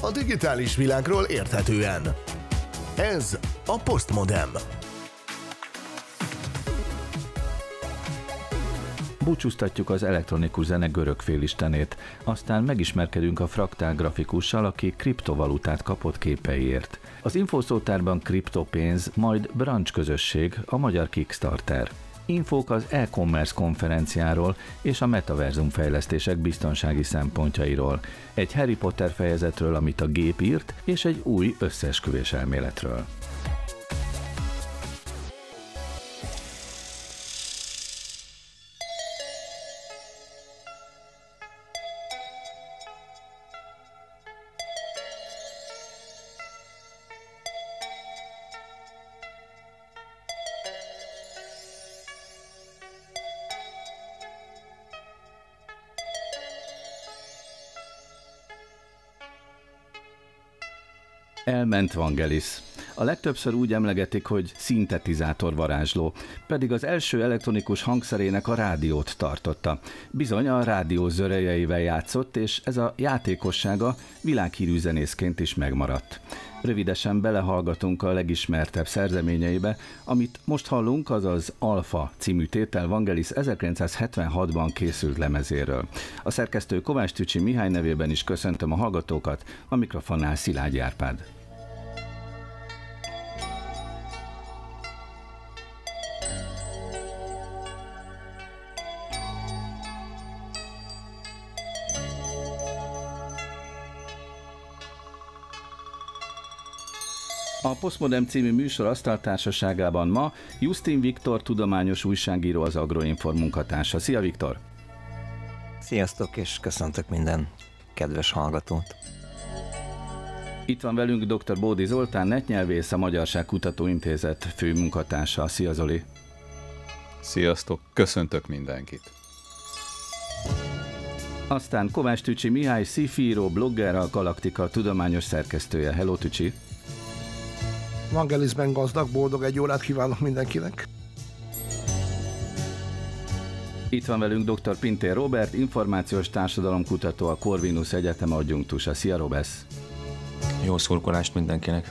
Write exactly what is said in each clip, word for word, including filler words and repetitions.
a digitális világról érthetően. Ez a Postmodem. Búcsúztatjuk az elektronikus zene görög félistenét, aztán megismerkedünk a fraktál grafikussal, aki kriptovalutát kapott képeiért. Az infószótárban kriptopénz, majd branch közösség, a magyar Kickstarter. Infók az e-commerce konferenciáról és a metaverzum fejlesztések biztonsági szempontjairól, egy Harry Potter fejezetről, amit a gép írt, és egy új összeesküvés elméletről. Elment Vangelis. A legtöbbször úgy emlegetik, hogy szintetizátor varázsló, pedig az első elektronikus hangszerének a rádiót tartotta. Bizony a rádió zörejeivel játszott, és ez a játékossága világhírű zenészként is megmaradt. Rövidesen belehallgatunk a legismertebb szerzeményeibe, amit most hallunk, az az Alfa című tétel Vangelis ezerkilencszázhetvenhatban készült lemezéről. A szerkesztő Kovács Tücsi Mihály nevében is köszöntöm a hallgatókat, a mikrofonnál Szilágyi Árpád. A Postmodem című műsor asztaltársaságában ma Justin Viktor tudományos újságíró, az Agroinform munkatársa. Szia Viktor! Sziasztok, és köszöntök minden kedves hallgatót! Itt van velünk dr. Bódi Zoltán, netnyelvész, a Magyarság Kutatóintézet főmunkatársa. Szia Zoli! Sziasztok, köszöntök mindenkit! Aztán Kovács Tücsi Mihály, sci-fi-író, blogger, a Galaktika tudományos szerkesztője. Hello Tücsi! Vangelisben gazdag, boldog egy órát kívánok mindenkinek. Itt van velünk dr. Pintér Róbert, információs társadalomkutató, a Corvinus Egyetem adjunktusa. Szia Robesz! Jó szurkolást mindenkinek!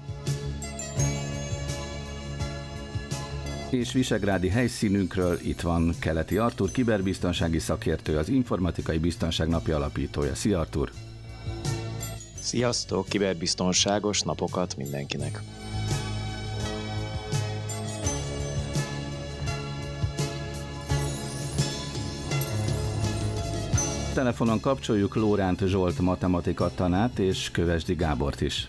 És visegrádi helyszínünkről itt van Keleti Artúr, kiberbiztonsági szakértő, az Informatikai Biztonság Napja alapítója. Szia Artúr! Sziasztok! Kiberbiztonságos napokat mindenkinek! Telefonon kapcsoljuk Lóránt Zsolt matematika tanát és Kövesdi Gábort is.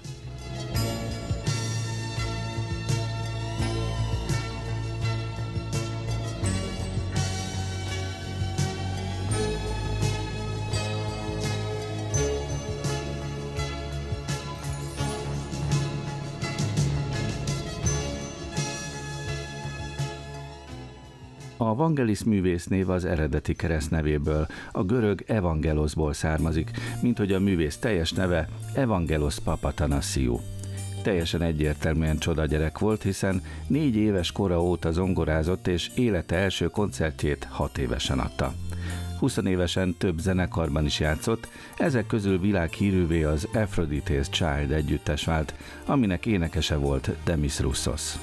A Vangelis művésznév az eredeti keresztnevéből, a görög Evangelosból származik, mint hogy a művész teljes neve Evangelos Papathanassiou. Teljesen egyértelműen csodagyerek volt, hiszen négy éves kora óta zongorázott, és élete első koncertjét hat évesen adta. húsz évesen több zenekarban is játszott, ezek közül világhírűvé az Aphrodite's Child együttes vált, aminek énekese volt Demis Roussos.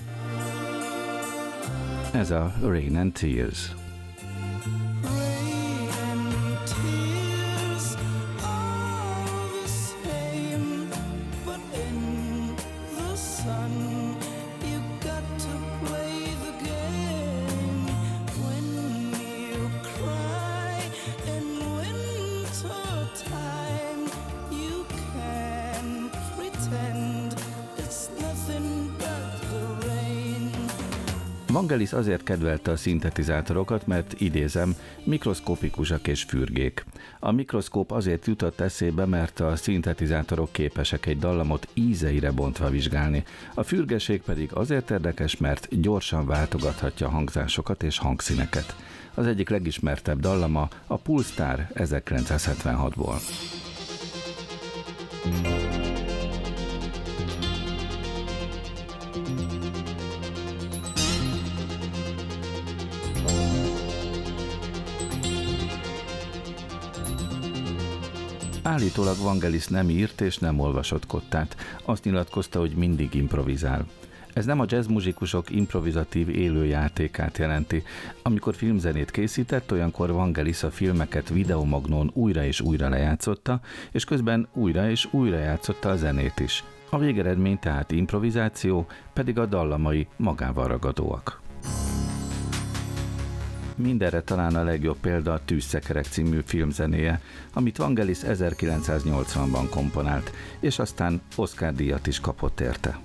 Ez a Rain and Tears. Vangelis azért kedvelte a szintetizátorokat, mert idézem, mikroszkopikusak és fürgék. A mikroszkóp azért jutott eszébe, mert a szintetizátorok képesek egy dallamot ízeire bontva vizsgálni. A fürgeség pedig azért érdekes, mert gyorsan váltogathatja a hangzásokat és hangszíneket. Az egyik legismertebb dallama a Pulstar ezerkilencszázhetvenhatból. Állítólag Vangelis nem írt és nem olvasott kottát. Azt nyilatkozta, hogy mindig improvizál. Ez nem a jazzmuzsikusok improvizatív élőjátékát jelenti. Amikor filmzenét készített, olyankor Vangelis a filmeket videomagnón újra és újra lejátszotta, és közben újra és újra játszotta a zenét is. A végeredmény tehát improvizáció, pedig a dallamai magával ragadóak. Mindenre talán a legjobb példa a Tűzszekerek című filmzenéje, amit Vangelis ezerkilencszáznyolcvanban komponált, és aztán Oscar-díjat is kapott érte.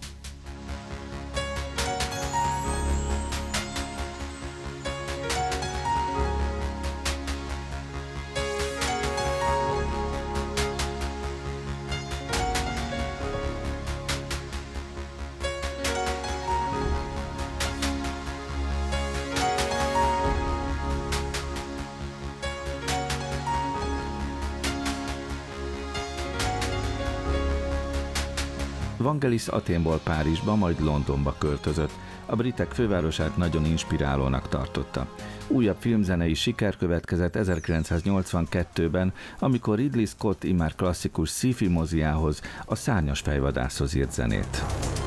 Vangelis Athénból Párizsba, majd Londonba költözött. A britek fővárosát nagyon inspirálónak tartotta. Újabb filmzenei siker következett ezerkilencszáznyolcvankettőben, amikor Ridley Scott immár klasszikus sci-fi moziához, a Szárnyas fejvadászhoz írt zenét.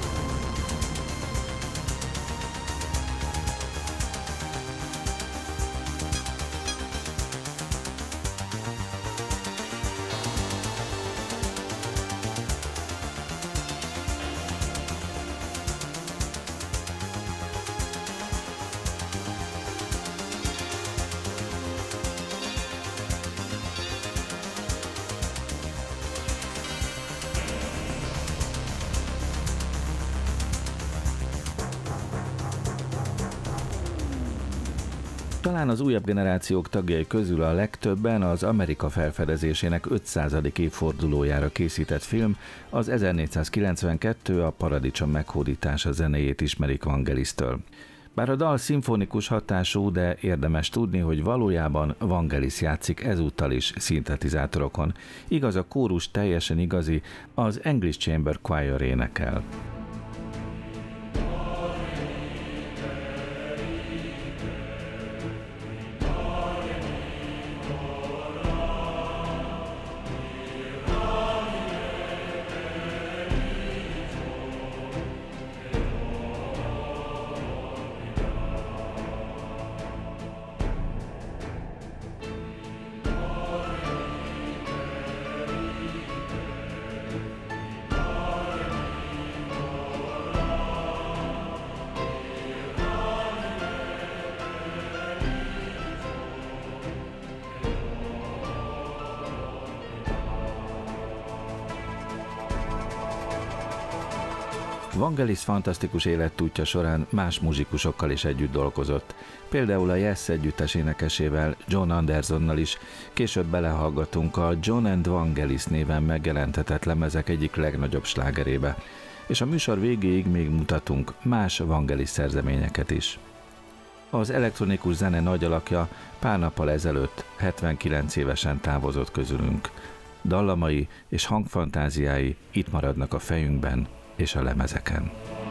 Talán az újabb generációk tagjai közül a legtöbben az Amerika felfedezésének ötszázadik évfordulójára készített film, az ezernégyszázkilencvenkettő a Paradicsom meghódítása zenéjét ismerik Vangelistől. Bár a dal szimfonikus hatású, de érdemes tudni, hogy valójában Vangelis játszik ezúttal is szintetizátorokon. Igaz, a kórus teljesen igazi, az English Chamber Choir énekel. Vangelis fantasztikus életútja során más muzsikusokkal is együtt dolgozott. Például a Yes együttes énekesével, John Andersonnal is, később belehallgatunk a John and Vangelis néven megjelentetett lemezek egyik legnagyobb slágerébe. És a műsor végéig még mutatunk más Vangelis szerzeményeket is. Az elektronikus zene nagy alakja pár nappal ezelőtt hetvenkilenc évesen távozott közülünk. Dallamai és hangfantáziái itt maradnak a fejünkben és a lemezeken.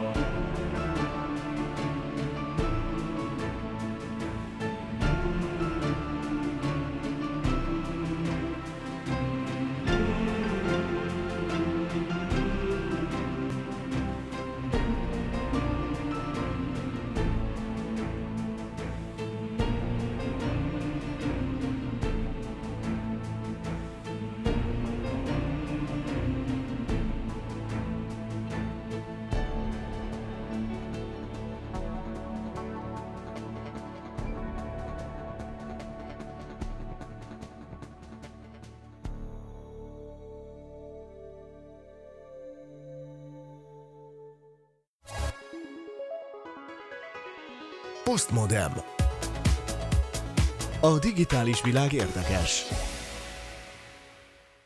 Postmodem. A digitális világ érdekes.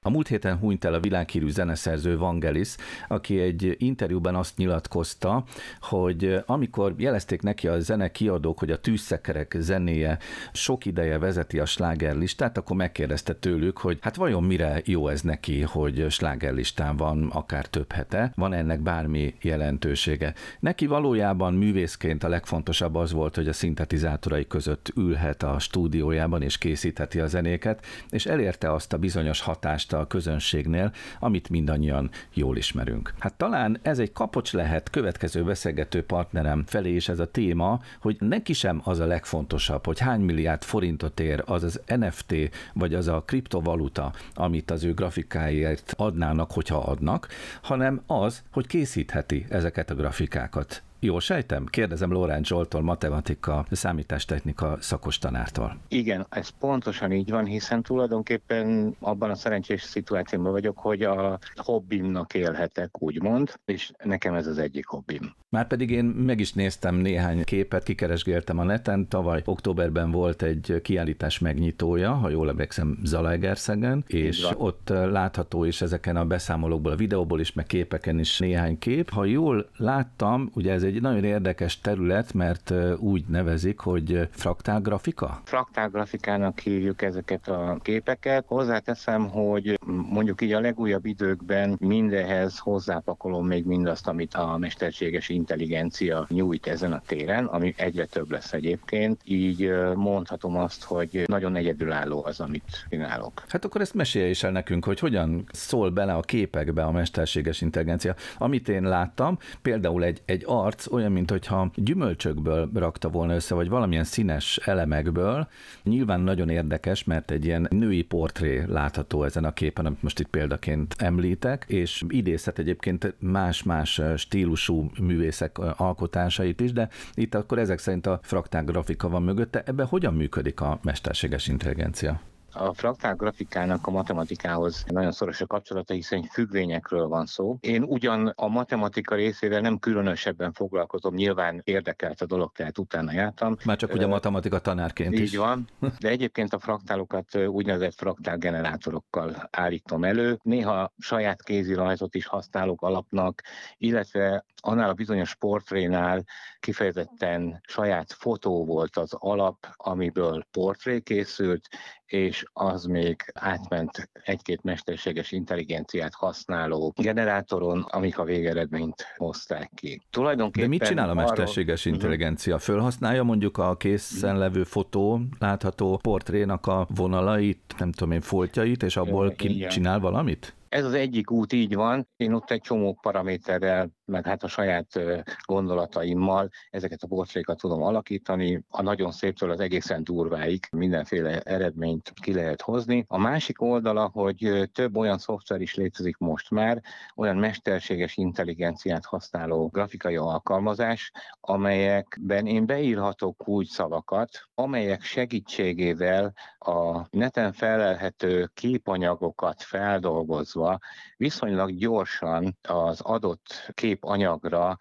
A múlt héten hunyt el a világhírű zeneszerző Vangelis, aki egy interjúban azt nyilatkozta, hogy amikor jelezték neki a zene kiadók, hogy a Tűzszekerek zenéje sok ideje vezeti a slágerlistát, akkor megkérdezte tőlük, hogy hát vajon mire jó ez neki, hogy slágerlistán van akár több hete, van ennek bármi jelentősége. Neki valójában művészként a legfontosabb az volt, hogy a szintetizátorai között ülhet a stúdiójában és készítheti a zenéket, és elérte azt a bizonyos hatást a közönségnél, amit mindannyian jól ismerünk. Hát talán ez egy kapocs lehet következő beszélgető partnerem felé is ez a téma, hogy neki sem az a legfontosabb, hogy hány milliárd forintot ér az az en ef té, vagy az a kriptovaluta, amit az ő grafikáért adnának, hogyha adnak, hanem az, hogy készítheti ezeket a grafikákat. Jól sejtem? Kérdezem Lóránt Zsolttól, matematika, számítástechnika szakos tanártól. Igen, ez pontosan így van, hiszen tulajdonképpen abban a szerencsés szituációban vagyok, hogy a hobbimnak élhetek, úgymond, és nekem ez az egyik hobbim. Márpedig én meg is néztem néhány képet, kikeresgéltem a neten, tavaly októberben volt egy kiállítás megnyitója, ha jól emlékszem, Zalaegerszegen, és ott látható is ezeken a beszámolókból, a videóból is, meg képeken is néhány kép. Ha jól láttam, ugye ez egy nagyon érdekes terület, mert úgy nevezik, hogy fraktál grafika? Fraktál grafikának hívjuk ezeket a képeket. Hozzáteszem, hogy mondjuk így a legújabb időkben mindenhez hozzápakolom még mindazt, amit a mesterséges intelligencia nyújt ezen a téren, ami egyre több lesz egyébként. Így mondhatom azt, hogy nagyon egyedülálló az, amit csinálok. Hát akkor ezt mesélj is el nekünk, hogy hogyan szól bele a képekbe a mesterséges intelligencia. Amit én láttam, például egy, egy arc olyan, mintha gyümölcsökből rakta volna össze, vagy valamilyen színes elemekből. Nyilván nagyon érdekes, mert egy ilyen női portré látható ezen a képen, amit most itt példaként említek, és idézhet egyébként más-más stílusú művészek alkotásait is, de itt akkor ezek szerint a fraktál grafika van mögötte. Ebben hogyan működik a mesterséges intelligencia? A fraktál grafikának a matematikához nagyon szoros a kapcsolata, hiszen függvényekről van szó. Én ugyan a matematika részével nem különösebben foglalkozom, nyilván érdekelt a dolog, tehát utána jártam. Már csak ugye a matematika tanárként Így is. Így van, de egyébként a fraktálokat úgynevezett fraktál generátorokkal állítom elő. Néha saját kézirajzot is használok alapnak, illetve annál a bizonyos portrénál kifejezetten saját fotó volt az alap, amiből portré készült, és az még átment egy-két mesterséges intelligenciát használó generátoron, amik a végeredményt hozták ki. De mit csinál a mesterséges arról... intelligencia? Fölhasználja mondjuk a készen levő fotó, látható portrénak a vonalait, nem tudom én, foltjait, és abból ki csinál valamit? Ez az egyik út, így van. Én ott egy csomó paraméterrel, meg hát a saját gondolataimmal ezeket a portrékat tudom alakítani. A nagyon széptől az egészen durváig mindenféle eredményt ki lehet hozni. A másik oldala, hogy több olyan szoftver is létezik most már, olyan mesterséges intelligenciát használó grafikai alkalmazás, amelyekben én beírhatok kulcsszavakat, amelyek segítségével a neten felelhető képanyagokat feldolgozva viszonylag gyorsan az adott képanyagra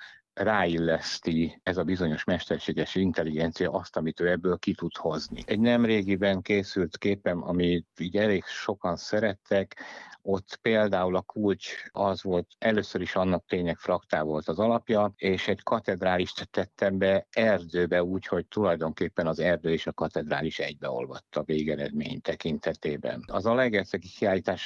ráilleszti ez a bizonyos mesterséges intelligencia azt, amit ő ebből ki tud hozni. Egy nemrégiben készült képem, amit így elég sokan szerettek, ott például a kulcs az volt, először is annak tényleg fraktál volt az alapja, és egy katedrálist tettem be erdőbe úgy, hogy tulajdonképpen az erdő és a katedrális egybeolvadt a végeredmény tekintetében. Az Zalaegerszegi kiállítás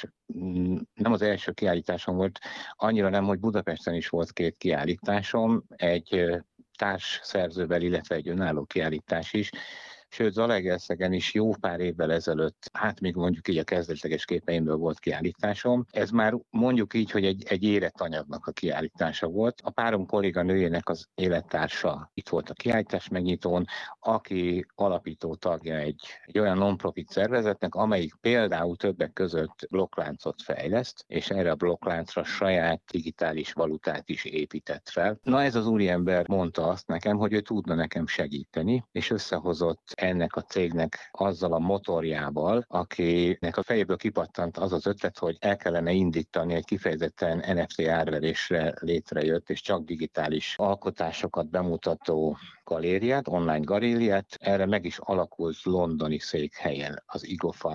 nem az első kiállításom volt, annyira nem, hogy Budapesten is volt két kiállításom, egy társszerzővel, illetve egy önálló kiállítás is, sőt Zalaegerszegen is jó pár évvel ezelőtt, hát még mondjuk így a kezdetleges képeimből volt kiállításom. Ez már mondjuk így, hogy egy, egy érett anyagnak a kiállítása volt. A párom kolléganőjének az élettársa itt volt a kiállítás megnyitón, aki alapító tagja egy, egy olyan non-profit szervezetnek, amelyik például többek között blokkláncot fejleszt, és erre a blokkláncra saját digitális valutát is épített fel. Na ez az úriember mondta azt nekem, hogy ő tudna nekem segíteni, és összehozott ennek a cégnek azzal a motorjával, akinek a fejéből kipattant az az ötlet, hogy el kellene indítani egy kifejezetten en ef té árverésre létrejött és csak digitális alkotásokat bemutató galériát, online galériát. Erre meg is alakult londoni székhelyen az igofa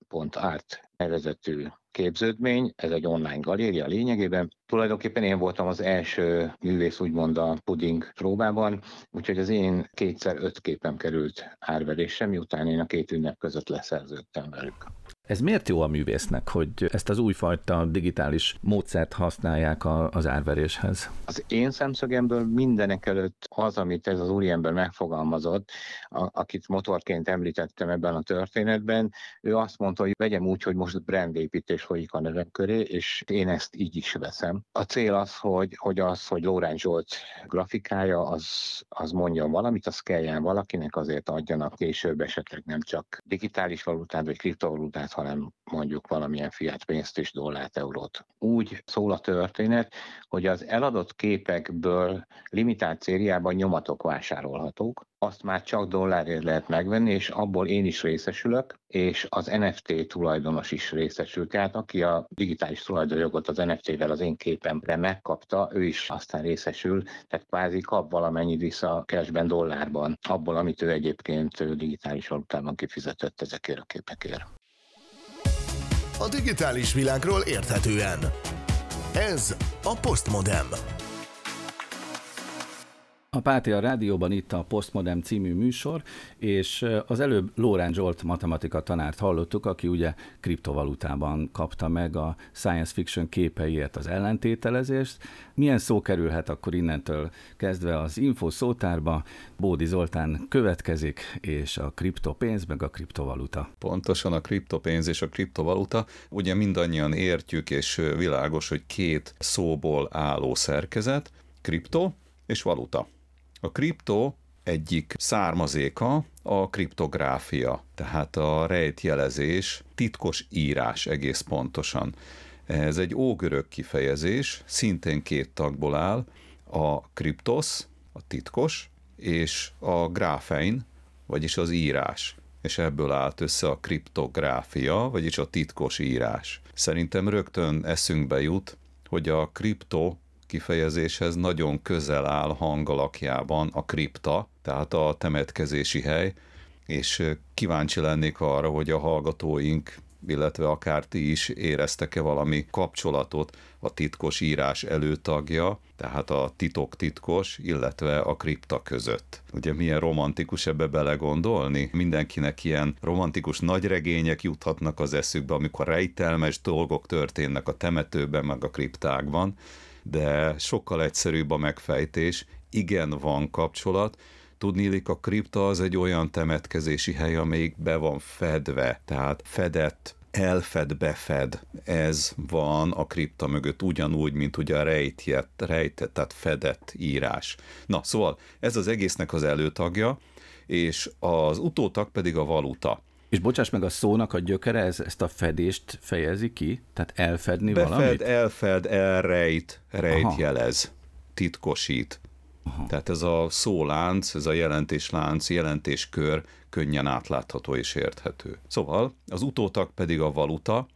pont art nevezetű képződmény, ez egy online galéria lényegében. Tulajdonképpen én voltam az első művész úgymond a puding próbában, úgyhogy az én kétszer öt képem került árverésre, miután én a két ünnep között leszerződtem velük. Ez miért jó a művésznek, hogy ezt az újfajta digitális módszert használják a, az árveréshez? Az én szemszögemből mindenek előtt az, amit ez az úriember megfogalmazott, a, akit motorként említettem ebben a történetben, ő azt mondta, hogy vegyem úgy, hogy most brandépítés folyik a nevem köré, és én ezt így is veszem. A cél az, hogy, hogy az, hogy Lórán Zsolt grafikája, az, az mondja valamit, az kelljen valakinek, azért adjanak később esetleg nem csak digitális valutát vagy kriptovalutát, hanem mondjuk valamilyen fiat pénzt és dollárt, eurót. Úgy szól a történet, hogy az eladott képekből limitált szériában nyomatok vásárolhatók, azt már csak dollárért lehet megvenni, és abból én is részesülök, és az en ef té tulajdonos is részesül. Tehát aki a digitális tulajdonjogot az en ef té-vel az én képemre megkapta, ő is aztán részesül, tehát kvázi kap valamennyit vissza cashben, dollárban, abból, amit ő egyébként digitális valutában kifizetett ezekért a képekért. A digitális világról érthetően. Ez a Postmodem. A Pátia Rádióban itt a Postmodem című műsor, és az előbb Lórán Zsolt matematika tanárt hallottuk, aki ugye kriptovalutában kapta meg a science fiction képeiért az ellentételezést. Milyen szó kerülhet akkor innentől kezdve az info szótárba? Bódi Zoltán következik, és a kriptopénz meg a kriptovaluta. Pontosan a kriptopénz és a kriptovaluta. Ugye mindannyian értjük, és világos, hogy két szóból álló szerkezet, kripto és valuta. A kripto egyik származéka a kriptográfia, tehát a rejtjelezés, titkos írás egész pontosan. Ez egy ógörög kifejezés, szintén két tagból áll, a kriptosz, a titkos, és a gráfein, vagyis az írás. És ebből állt össze a kriptográfia, vagyis a titkos írás. Szerintem rögtön eszünkbe jut, hogy a kripto kifejezéshez nagyon közel áll hangalakjában a kripta, tehát a temetkezési hely, és kíváncsi lennék arra, hogy a hallgatóink, illetve akár ti is éreztek-e valami kapcsolatot a titkos írás előtagja, tehát a titok titkos, illetve a kripta között. Ugye milyen romantikus ebbe belegondolni? Mindenkinek ilyen romantikus nagyregények juthatnak az eszükbe, amikor rejtelmes dolgok történnek a temetőben, meg a kriptákban, de sokkal egyszerűbb a megfejtés, igen, van kapcsolat. Tudniillik, a kripta az egy olyan temetkezési hely, amelyik be van fedve, tehát fedett, elfed, befed. Ez van a kripta mögött, ugyanúgy, mint ugye a rejtett, rejtett, tehát fedett írás. Na, szóval ez az egésznek az előtagja, és az utótag pedig a valuta. És bocsáss meg, a szónak a gyökere ez, ezt a fedést fejezi ki? Tehát elfedni Befed, valamit? elfed, elrejt, rejtjelez, titkosít. Aha. Tehát ez a szólánc, ez a jelentéslánc, jelentéskör könnyen átlátható és érthető. Szóval az utótag pedig a valuta,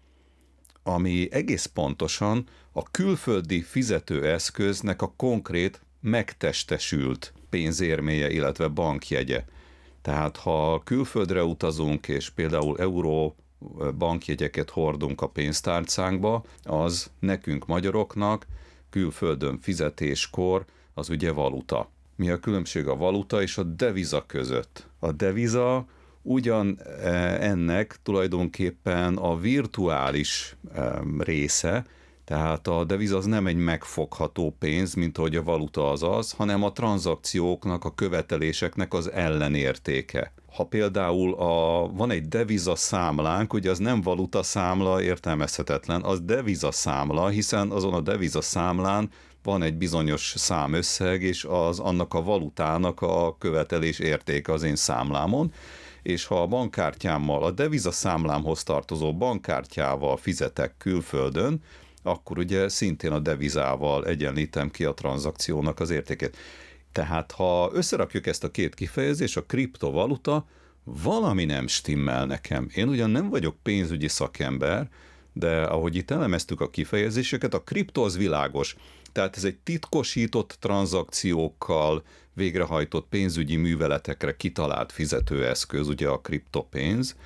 ami egész pontosan a külföldi fizetőeszköznek a konkrét megtestesült pénzérméje, illetve bankjegye. Tehát ha külföldre utazunk, és például euró bankjegyeket hordunk a pénztárcánkba, az nekünk magyaroknak külföldön fizetéskor az ugye valuta. Mi a különbség a valuta és a deviza között? A deviza ugyan ennek tulajdonképpen a virtuális része, tehát a deviza az nem egy megfogható pénz, mint ahogy a valuta az az, hanem a tranzakcióknak, a követeléseknek az ellenértéke. Ha például a, van egy deviza számlánk, ugye az nem valuta számla, értelmezhetetlen, az deviza számla, hiszen azon a deviza számlán van egy bizonyos számösszeg, és az annak a valutának a követelés értéke az én számlámon, és ha a bankkártyámmal, a deviza számlámhoz tartozó bankkártyával fizetek külföldön, akkor ugye szintén a devizával egyenlítem ki a tranzakciónak az értékét. Tehát ha összerakjuk ezt a két kifejezést, a kriptovaluta, valami nem stimmel nekem. Én ugyan nem vagyok pénzügyi szakember, de ahogy itt elemeztük a kifejezéseket, a kripto az világos. Tehát ez egy titkosított tranzakciókkal végrehajtott pénzügyi műveletekre kitalált fizetőeszköz, ugye a kriptopénz,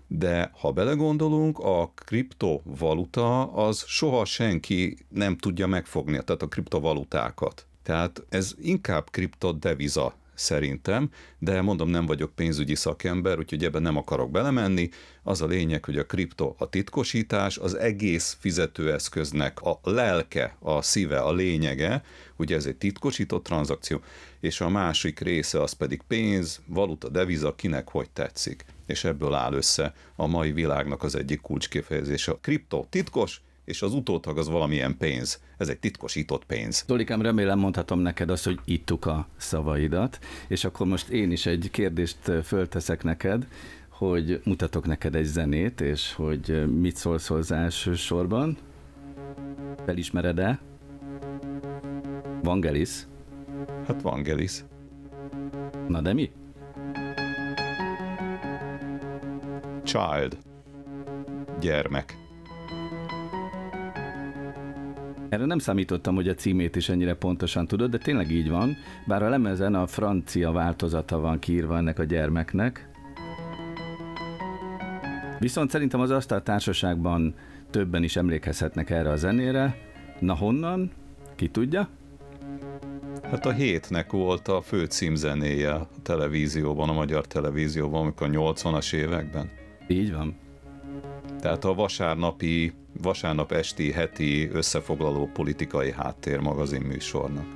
De ha belegondolunk, a kriptovaluta az soha senki nem tudja megfogni, tehát a kriptovalutákat. Tehát ez inkább kriptodeviza szerintem, de mondom, nem vagyok pénzügyi szakember, úgyhogy ebben nem akarok belemenni. Az a lényeg, hogy a kripto a titkosítás, az egész fizetőeszköznek a lelke, a szíve, a lényege, ugye ez egy titkosított tranzakció, és a másik része az pedig pénz, valuta, deviza, kinek hogy tetszik. És ebből áll össze a mai világnak az egyik kulcskifejezés. A kripto titkos, és az utótag az valamilyen pénz. Ez egy titkosított pénz. Zolikám, remélem mondhatom neked azt, hogy ittuk a szavaidat, és akkor most én is egy kérdést fölteszek neked, hogy mutatok neked egy zenét, és hogy mit szólsz hozzá elsősorban. Felismered-e? Vangelis? Hát Vangelis. Na de mi? Child. Gyermek. Erre nem számítottam, hogy a címét is ennyire pontosan tudod, de tényleg így van, bár a lemezen a francia változata van kiírva ennek a gyermeknek. Viszont szerintem az asztaltársaságban többen is emlékezhetnek erre a zenére. Na honnan? Ki tudja? Hát a Hétnek volt a fő címzenéje a televízióban, a magyar televízióban, amikor a nyolcvanas években. Így van. Tehát a vasárnapi, vasárnap esti, heti összefoglaló politikai háttér magazin műsornak.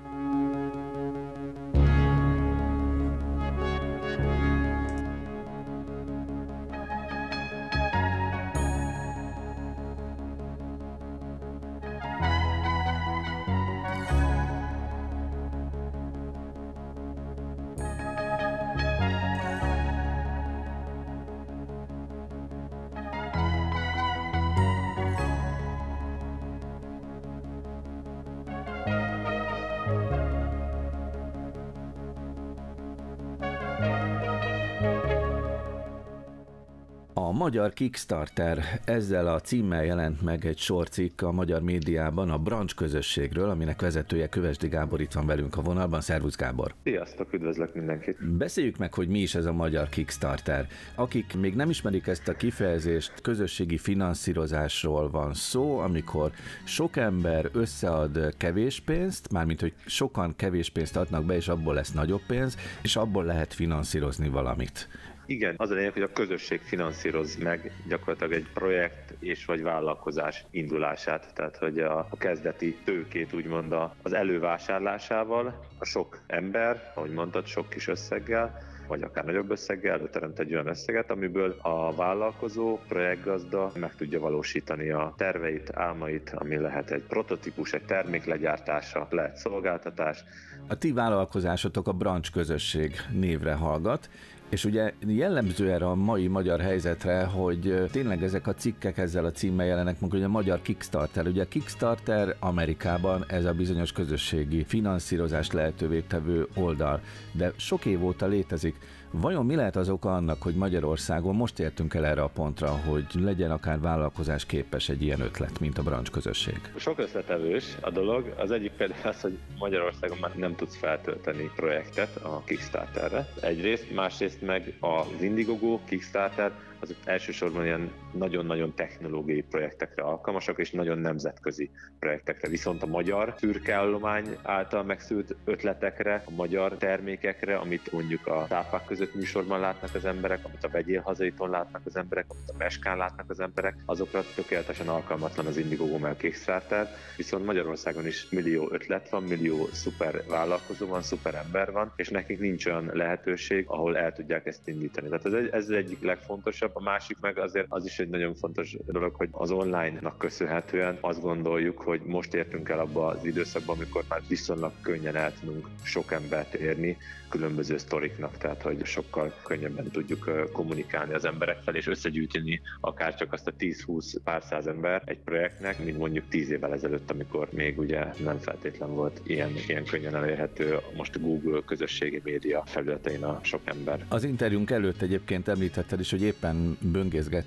A magyar Kickstarter, ezzel a címmel jelent meg egy sorcikk a magyar médiában a brancs közösségről, aminek vezetője Kövesdi Gábor itt van velünk a vonalban. Szervusz Gábor! Sziasztok, üdvözlök mindenkit! Beszéljük meg, hogy mi is ez a magyar Kickstarter. Akik még nem ismerik ezt a kifejezést, közösségi finanszírozásról van szó, amikor sok ember összead kevés pénzt, mármint hogy sokan kevés pénzt adnak be, és abból lesz nagyobb pénz, és abból lehet finanszírozni valamit. Igen, az a lényeg, hogy a közösség finanszíroz meg gyakorlatilag egy projekt és vagy vállalkozás indulását, tehát hogy a, a kezdeti tőkét úgymond az elővásárlásával a sok ember, ahogy mondtad, sok kis összeggel, vagy akár nagyobb összeggel előteremt egy olyan összeget, amiből a vállalkozó, projektgazda meg tudja valósítani a terveit, álmait, ami lehet egy prototípus, egy termék legyártása, lehet szolgáltatás. A ti vállalkozásotok a brancs közösség névre hallgat, és ugye jellemző erre a mai magyar helyzetre, hogy tényleg ezek a cikkek ezzel a címmel jelenek meg, hogy a magyar Kickstarter. Ugye a Kickstarter Amerikában ez a bizonyos közösségi finanszírozást lehetővé tevő oldal, de sok év óta létezik. Vajon mi lehet az oka annak, hogy Magyarországon most értünk el erre a pontra, hogy legyen akár vállalkozás képes egy ilyen ötlet, mint a brancs közösség? Sok összetevős a dolog. Az egyik például az, hogy Magyarországon már nem tudsz feltölteni projektet a Kickstarterre. Egyrészt, másrészt meg az Indiegogo, Kickstarter, azok elsősorban ilyen nagyon-nagyon technológiai projektekre alkalmasak, és nagyon nemzetközi projektekre. Viszont a magyar szürkeállomány által megszült ötletekre, a magyar termékekre, amit mondjuk a Tápák között műsorban látnak az emberek, amit a Vegyél hazaiton látnak az emberek, amit a Meskán látnak az emberek, azokra tökéletesen alkalmatlan az Indiegogo meg Kickstarter. Viszont Magyarországon is millió ötlet van, millió szuper vállalkozó van, szuper ember van, és nekik nincs olyan lehetőség, ahol el tudják ezt indítani. Tehát ez, ez az egyik legfontosabb. A másik meg azért az is egy nagyon fontos dolog, hogy az online-nak köszönhetően azt gondoljuk, hogy most értünk el abba az időszakba, amikor már viszonylag könnyen el tudunk sok embert érni különböző sztoriknak, tehát hogy sokkal könnyebben tudjuk kommunikálni az emberek felé, és összegyűjteni akár csak azt a tíz-húsz pár száz ember egy projektnek, mint mondjuk tíz évvel ezelőtt, amikor még ugye nem feltétlen volt ilyen, ilyen könnyen elérhető most a Google közösségi média felületein a sok ember. Az interjúnk előtt egyébként említetted is, hogy éppen böngészgetted az új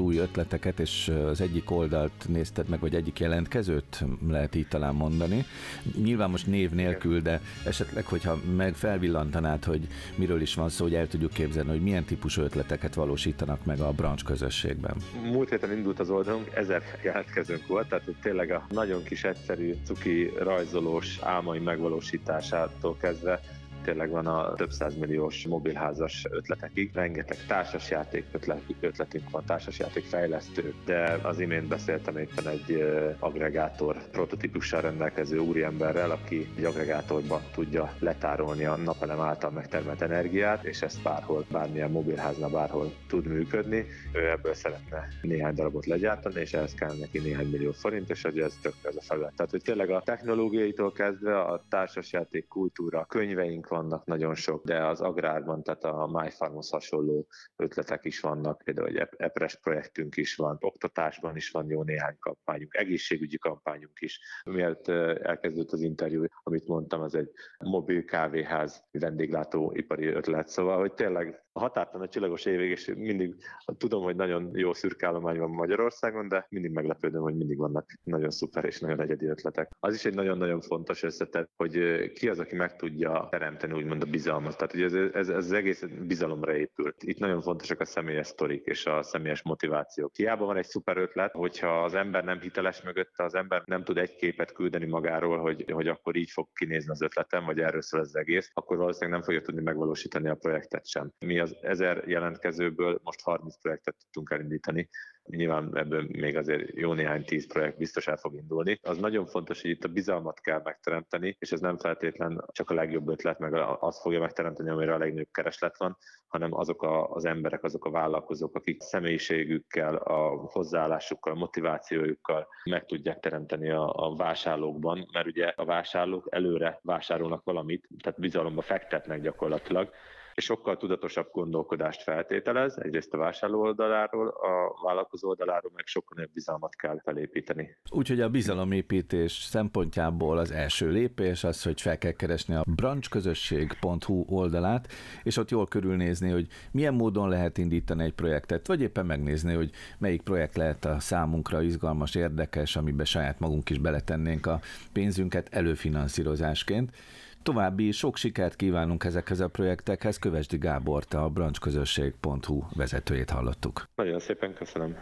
új ötleteket, és az egyik oldalt nézted meg, vagy egyik jelentkezőt, lehet így talán mondani. Nyilván most név nélkül, de esetleg, hogyha meg felvillantanád, hogy miről is van szó, hogy el tudjuk képzelni, hogy milyen típusú ötleteket valósítanak meg a brancs közösségben. Múlt héten indult az oldalunk, ezer jelentkezőnk volt, tehát tényleg a nagyon kis egyszerű, cuki, rajzolós álmai megvalósításától kezdve tényleg van a több százmilliós mobilházas ötletekig. Rengeteg társasjáték ötletünk van, társasjáték fejlesztő, de az imént beszéltem éppen egy agregátor prototípussal rendelkező úriemberrel, aki egy agregátorban tudja letárolni a napelem által megtermelt energiát, és ezt bárhol, bármilyen mobilháznál bárhol tud működni. Ő ebből szeretne néhány darabot legyártani, és ehhez kell neki néhány millió forint, és hogy ez tök ez a felület. Tehát, hogy tényleg a technológiaitól kezdve a társasjáték kultúra, könyveink vannak nagyon sok, de az agrárban, tehát a MyFarmhoz hasonló ötletek is vannak, például egy EPRES projektünk is van, oktatásban is van jó néhány kampányunk, egészségügyi kampányunk is. Mielőtt elkezdődött az interjú, amit mondtam, az egy mobil kávéház vendéglátóipari ötlet, szóval, hogy tényleg a határtalan a csillagos évig, és mindig tudom, hogy nagyon jó szürkállomány van Magyarországon, de mindig meglepődöm, hogy mindig vannak nagyon szuper és nagyon egyedi ötletek. Az is egy nagyon-nagyon fontos összetett, hogy ki az, aki meg tudja teremteni úgymond a bizalmat. Tehát ugye ez, ez, ez az egész bizalomra épült. Itt nagyon fontosak a személyes sztorik és a személyes motivációk. Hiába van egy szuper ötlet, hogyha az ember nem hiteles mögötte, az ember nem tud egy képet küldeni magáról, hogy, hogy akkor így fog kinézni az ötletem, vagy erről szól az egész, akkor valószínűleg nem fogja tudni megvalósítani a projektet sem. Mi az ezer jelentkezőből most harminc projektet tudtunk elindítani. Nyilván ebből még azért jó néhány tíz projekt biztos el fog indulni. Az nagyon fontos, hogy itt a bizalmat kell megteremteni, és ez nem feltétlen csak a legjobb ötlet, meg az fogja megteremteni, amire a legnagyobb kereslet van, hanem azok a, az emberek, azok a vállalkozók, akik személyiségükkel, a hozzáállásukkal, a motivációjukkal meg tudják teremteni a, a vásárlókban, mert ugye a vásárlók előre vásárolnak valamit, tehát bizalomba fektetnek gyakorlatilag, és sokkal tudatosabb gondolkodást feltételez, egyrészt a vásárló oldaláról, a vállalkozó oldaláról meg sokkal nagyobb bizalmat kell felépíteni. Úgyhogy a bizalomépítés szempontjából az első lépés az, hogy fel kell keresni a branchközösség pont hu oldalát, és ott jól körülnézni, hogy milyen módon lehet indítani egy projektet, vagy éppen megnézni, hogy melyik projekt lehet a számunkra izgalmas, érdekes, amiben saját magunk is beletennénk a pénzünket előfinanszírozásként. További sok sikert kívánunk ezekhez a projektekhez. Kövesdi Gábort, a branchközösség pont hu vezetőjét hallottuk. Nagyon szépen köszönöm.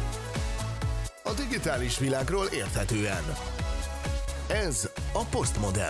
A digitális világról érthetően. Ez a Postmodem.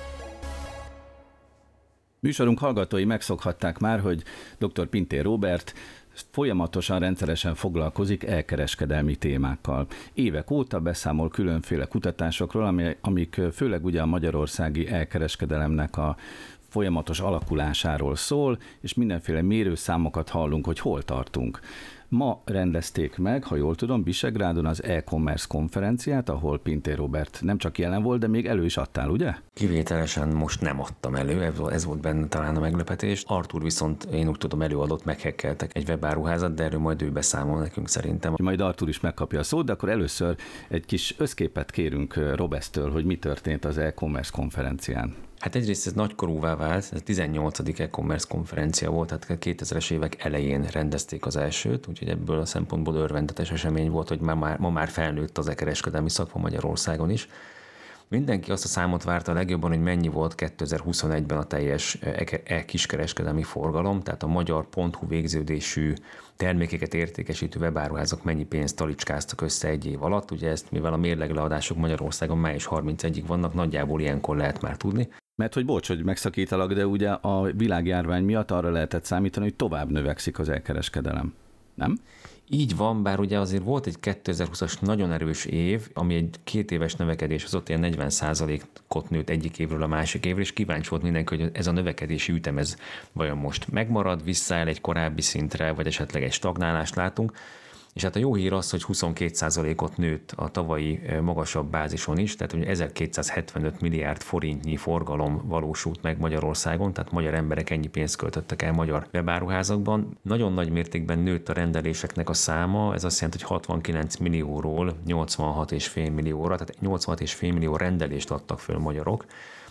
Műsorunk hallgatói megszokhatták már, hogy dr. Pintér Róbert folyamatosan, rendszeresen foglalkozik elkereskedelmi témákkal. Évek óta beszámol különféle kutatásokról, amik főleg ugye a magyarországi elkereskedelemnek a folyamatos alakulásáról szól, és mindenféle mérőszámokat hallunk, hogy hol tartunk. Ma rendezték meg, ha jól tudom, Visegrádon az e-commerce konferenciát, ahol Pintér Róbert nem csak jelen volt, de még elő is adtál, ugye? Kivételesen most nem adtam elő, ez volt benne talán a meglepetés. Artur viszont, én úgy tudom, előadott, meghekkeltek egy webáruházat, de erről majd ő beszámol nekünk szerintem. Majd Artur is megkapja a szót, de akkor először egy kis összképet kérünk Robesztől, hogy mi történt az e-commerce konferencián. Hát egyrészt ez nagykorúvá vált, ez a tizennyolcadik e-commerce konferencia volt, tehát kétezres évek elején rendezték az elsőt, úgyhogy ebből a szempontból örvendetes esemény volt, hogy ma már, ma már felnőtt az e-kereskedelmi szakma Magyarországon is. Mindenki azt a számot várta a legjobban, hogy mennyi volt kétezer-huszonegyben a teljes e-kiskereskedelmi forgalom, tehát a magyar pont hu végződésű termékeket értékesítő webáruházak mennyi pénzt talicskáztak össze egy év alatt. Ugye ezt, mivel a mérlegleadások Magyarországon május harmincegyedikéig vannak, nagyjából ilyenkor lehet már tudni. Mert hogy bocs, hogy megszakítalak, de ugye a világjárvány miatt arra lehetett számítani, hogy tovább növekszik az elkereskedelem. Nem? Így van, bár ugye azért volt egy kétezer-húszas nagyon erős év, ami egy két éves növekedés, az ott ilyen negyven százalékot nőtt egyik évről a másik évre, és kíváncsi volt mindenki, hogy ez a növekedési ütem ez vajon most megmarad, visszaáll egy korábbi szintre, vagy esetleg egy stagnálást látunk. És hát a jó hír az, hogy huszonkét százalékot nőtt a tavalyi magasabb bázison is, tehát hogy ezerkétszázhetvenöt milliárd forintnyi forgalom valósult meg Magyarországon, tehát magyar emberek ennyi pénzt költöttek el magyar webáruházakban. Nagyon nagy mértékben nőtt a rendeléseknek a száma, ez azt jelenti, hogy hatvankilenc millióról nyolcvanhat egész öt millióra, tehát nyolcvanhat egész öt millió rendelést adtak föl magyarok.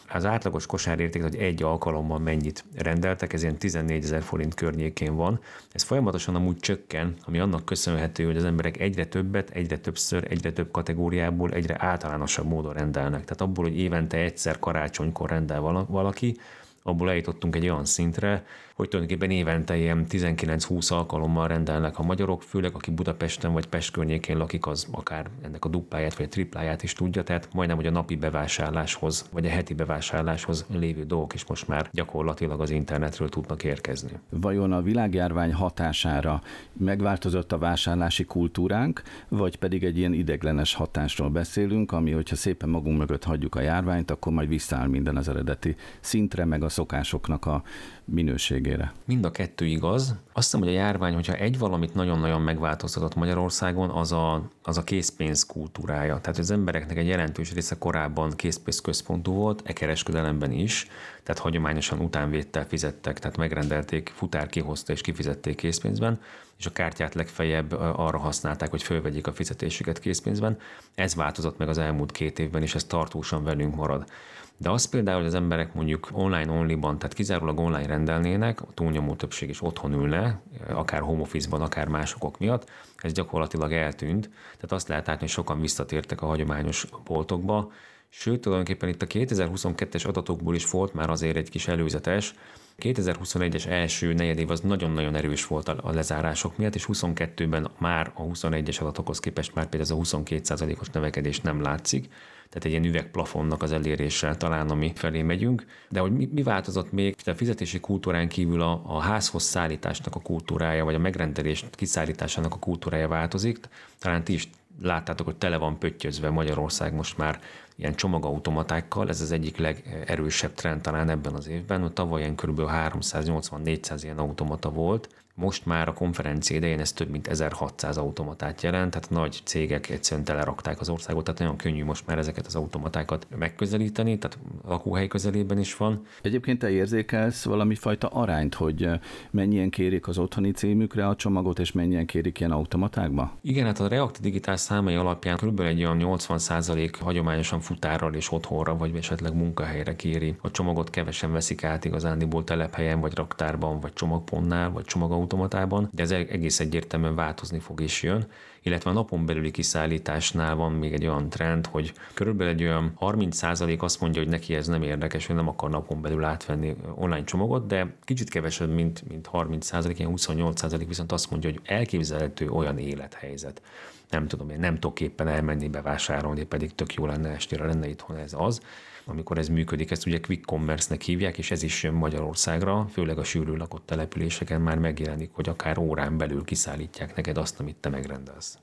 Az átlagos kosárérték, hogy egy alkalommal mennyit rendeltek, ez ilyen tizennégyezer forint környékén van. Ez folyamatosan amúgy csökken, ami annak köszönhető, hogy az emberek egyre többet, egyre többször, egyre több kategóriából, egyre általánosabb módon rendelnek. Tehát abból, hogy évente egyszer karácsonykor rendel valaki, abból eljutottunk egy olyan szintre, hogy tulajdonképpen évente ilyen tizenkilenc-húsz alkalommal rendelnek a magyarok, főleg aki Budapesten vagy Pest környékén lakik, az akár ennek a dupláját vagy a tripláját is tudja, tehát majdnem, hogy a napi bevásárláshoz vagy a heti bevásárláshoz lévő dolgok is most már gyakorlatilag az internetről tudnak érkezni. Vajon a világjárvány hatására megváltozott a vásárlási kultúránk, vagy pedig egy ilyen ideiglenes hatásról beszélünk, ami, hogyha szépen magunk mögött hagyjuk a járványt, akkor majd visszaáll minden az eredeti szintre, meg a szokásoknak a minőségére? Mind a kettő igaz. Azt hiszem, hogy a járvány, hogyha egy valamit nagyon-nagyon megváltoztatott Magyarországon, az a, az a készpénz kultúrája. Tehát az embereknek egy jelentős része korábban készpénz központú volt, e kereskedelemben is, tehát hagyományosan utánvéttel fizettek, tehát megrendelték, futár kihozta és kifizették készpénzben, és a kártyát legfeljebb arra használták, hogy fölvegyék a fizetésüket készpénzben. Ez változott meg az elmúlt két évben, és ez tartósan velünk marad. De az például, hogy az emberek mondjuk online only-ban, tehát kizárólag online rendelnének, a túlnyomó többség is otthon ülne, akár home office-ban, akár másokok miatt, ez gyakorlatilag eltűnt. Tehát azt lehet látni, hogy sokan visszatértek a hagyományos boltokba, sőt, tulajdonképpen itt a kétezer-huszonkettes adatokból is volt már azért egy kis előzetes. kétezer-huszonegyes első negyedév az nagyon-nagyon erős volt a lezárások miatt, és huszonkettőben már a huszonegyes adatokhoz képest már például ez a huszonkét százalékos növekedés nem látszik. Tehát egy ilyen üvegplafonnak az eléréssel talán, ami felé megyünk. De hogy mi, mi változott még, a fizetési kultúrán kívül a, a házhoz szállításnak a kultúrája, vagy a megrendelés kiszállításának a kultúrája változik. Talán ti is láttátok, hogy tele van pöttyözve Magyarország most már ilyen csomagautomatákkal, ez az egyik legerősebb trend talán ebben az évben. Tavaly ilyen kb. háromszáznyolcvan-négyszáz ilyen automata volt. Most már a konferencia idején ez több mint ezerhatszáz automatát jelent, tehát nagy cégek egyszerűen telerakták az országot, tehát nagyon könnyű most már ezeket az automatákat megközelíteni, tehát lakóhely közelében is van. Egyébként te érzékelsz valami fajta arányt, hogy mennyien kérik az otthoni címükre a csomagot, és mennyien kérik ilyen automatákba? Igen, hát a Reaktív Digitál számai alapján kb. Egy olyan nyolcvan százalék hagyományosan futárral és otthonra, vagy esetleg munkahelyre kéri a csomagot, kevesen veszik át igazándiból telephelyen, vagy raktárban, vagy csomagpontnál, vagy csomagautomatában, de ez egész egyértelműen változni fog és jön, illetve a napon belüli kiszállításnál van még egy olyan trend, hogy körülbelül egy olyan harminc százalék azt mondja, hogy neki ez nem érdekes, hogy nem akar napon belül átvenni online csomagot, de kicsit kevesebb, mint, mint harminc százalék, ilyen huszonnyolc százalék viszont azt mondja, hogy elképzelhető olyan élethelyzet. Nem tudom, én nem tudok éppen elmenni bevásárolni, pedig tök jó lenne, estére lenne itthon ez az. Amikor ez működik, ezt ugye quick commerce-nek hívják, és ez is jön Magyarországra, főleg a sűrű lakott településeken már megjelenik, hogy akár órán belül kiszállítják neked azt, amit te megrendelsz.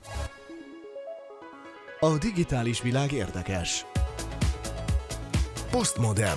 A digitális világ érdekes. Postmodern.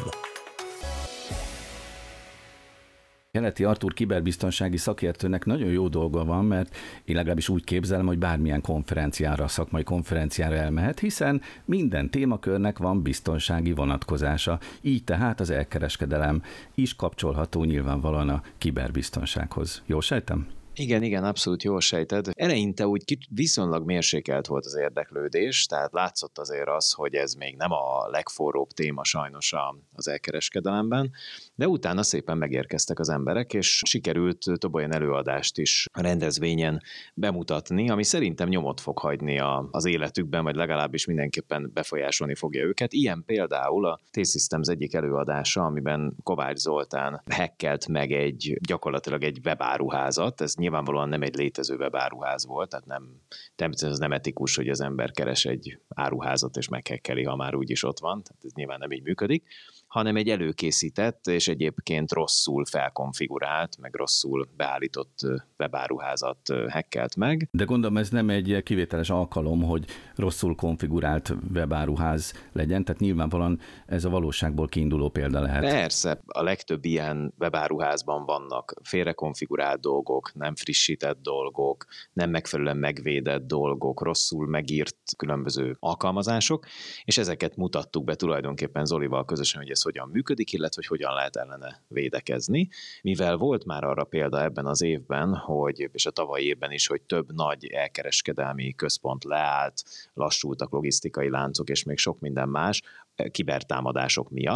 Keleti Artúr kiberbiztonsági szakértőnek nagyon jó dolga van, mert én legalábbis úgy képzelem, hogy bármilyen konferenciára, szakmai konferenciára elmehet, hiszen minden témakörnek van biztonsági vonatkozása, így tehát az elkereskedelem is kapcsolható nyilvánvalóan a kiberbiztonsághoz. Jól sejtem? Igen, igen, abszolút jól sejted. Eleinte úgy viszonylag mérsékelt volt az érdeklődés, tehát látszott azért az, hogy ez még nem a legforróbb téma sajnos az elkereskedelemben, de utána szépen megérkeztek az emberek, és sikerült több olyan előadást is a rendezvényen bemutatni, ami szerintem nyomot fog hagyni a, az életükben, vagy legalábbis mindenképpen befolyásolni fogja őket. Ilyen például a T-Systems egyik előadása, amiben Kovács Zoltán hackelt meg egy gyakorlatilag egy webáruházat. Ez nyilvánvalóan nem egy létező webáruház volt, tehát nem, természetesen ez nem etikus, hogy az ember keres egy áruházat és meghekkeli, ha már úgyis ott van, tehát ez nyilván nem így működik, hanem egy előkészített és egyébként rosszul felkonfigurált, meg rosszul beállított webáruházat hackelt meg. De gondolom ez nem egy kivételes alkalom, hogy rosszul konfigurált webáruház legyen, tehát nyilvánvalóan ez a valóságból kiinduló példa lehet. Persze, a legtöbb ilyen webáruházban vannak félrekonfigurált dolgok, nem frissített dolgok, nem megfelelően megvédett dolgok, rosszul megírt különböző alkalmazások, és ezeket mutattuk be tulajdonképpen Zolival közösen, hogy ez hogyan működik, illetve hogy hogyan lehet ellene védekezni. Mivel volt már arra példa ebben az évben, hogy, és a tavalyi évben is, hogy több nagy elkereskedelmi központ leállt, lassultak logisztikai láncok, és még sok minden más kibertámadások miatt,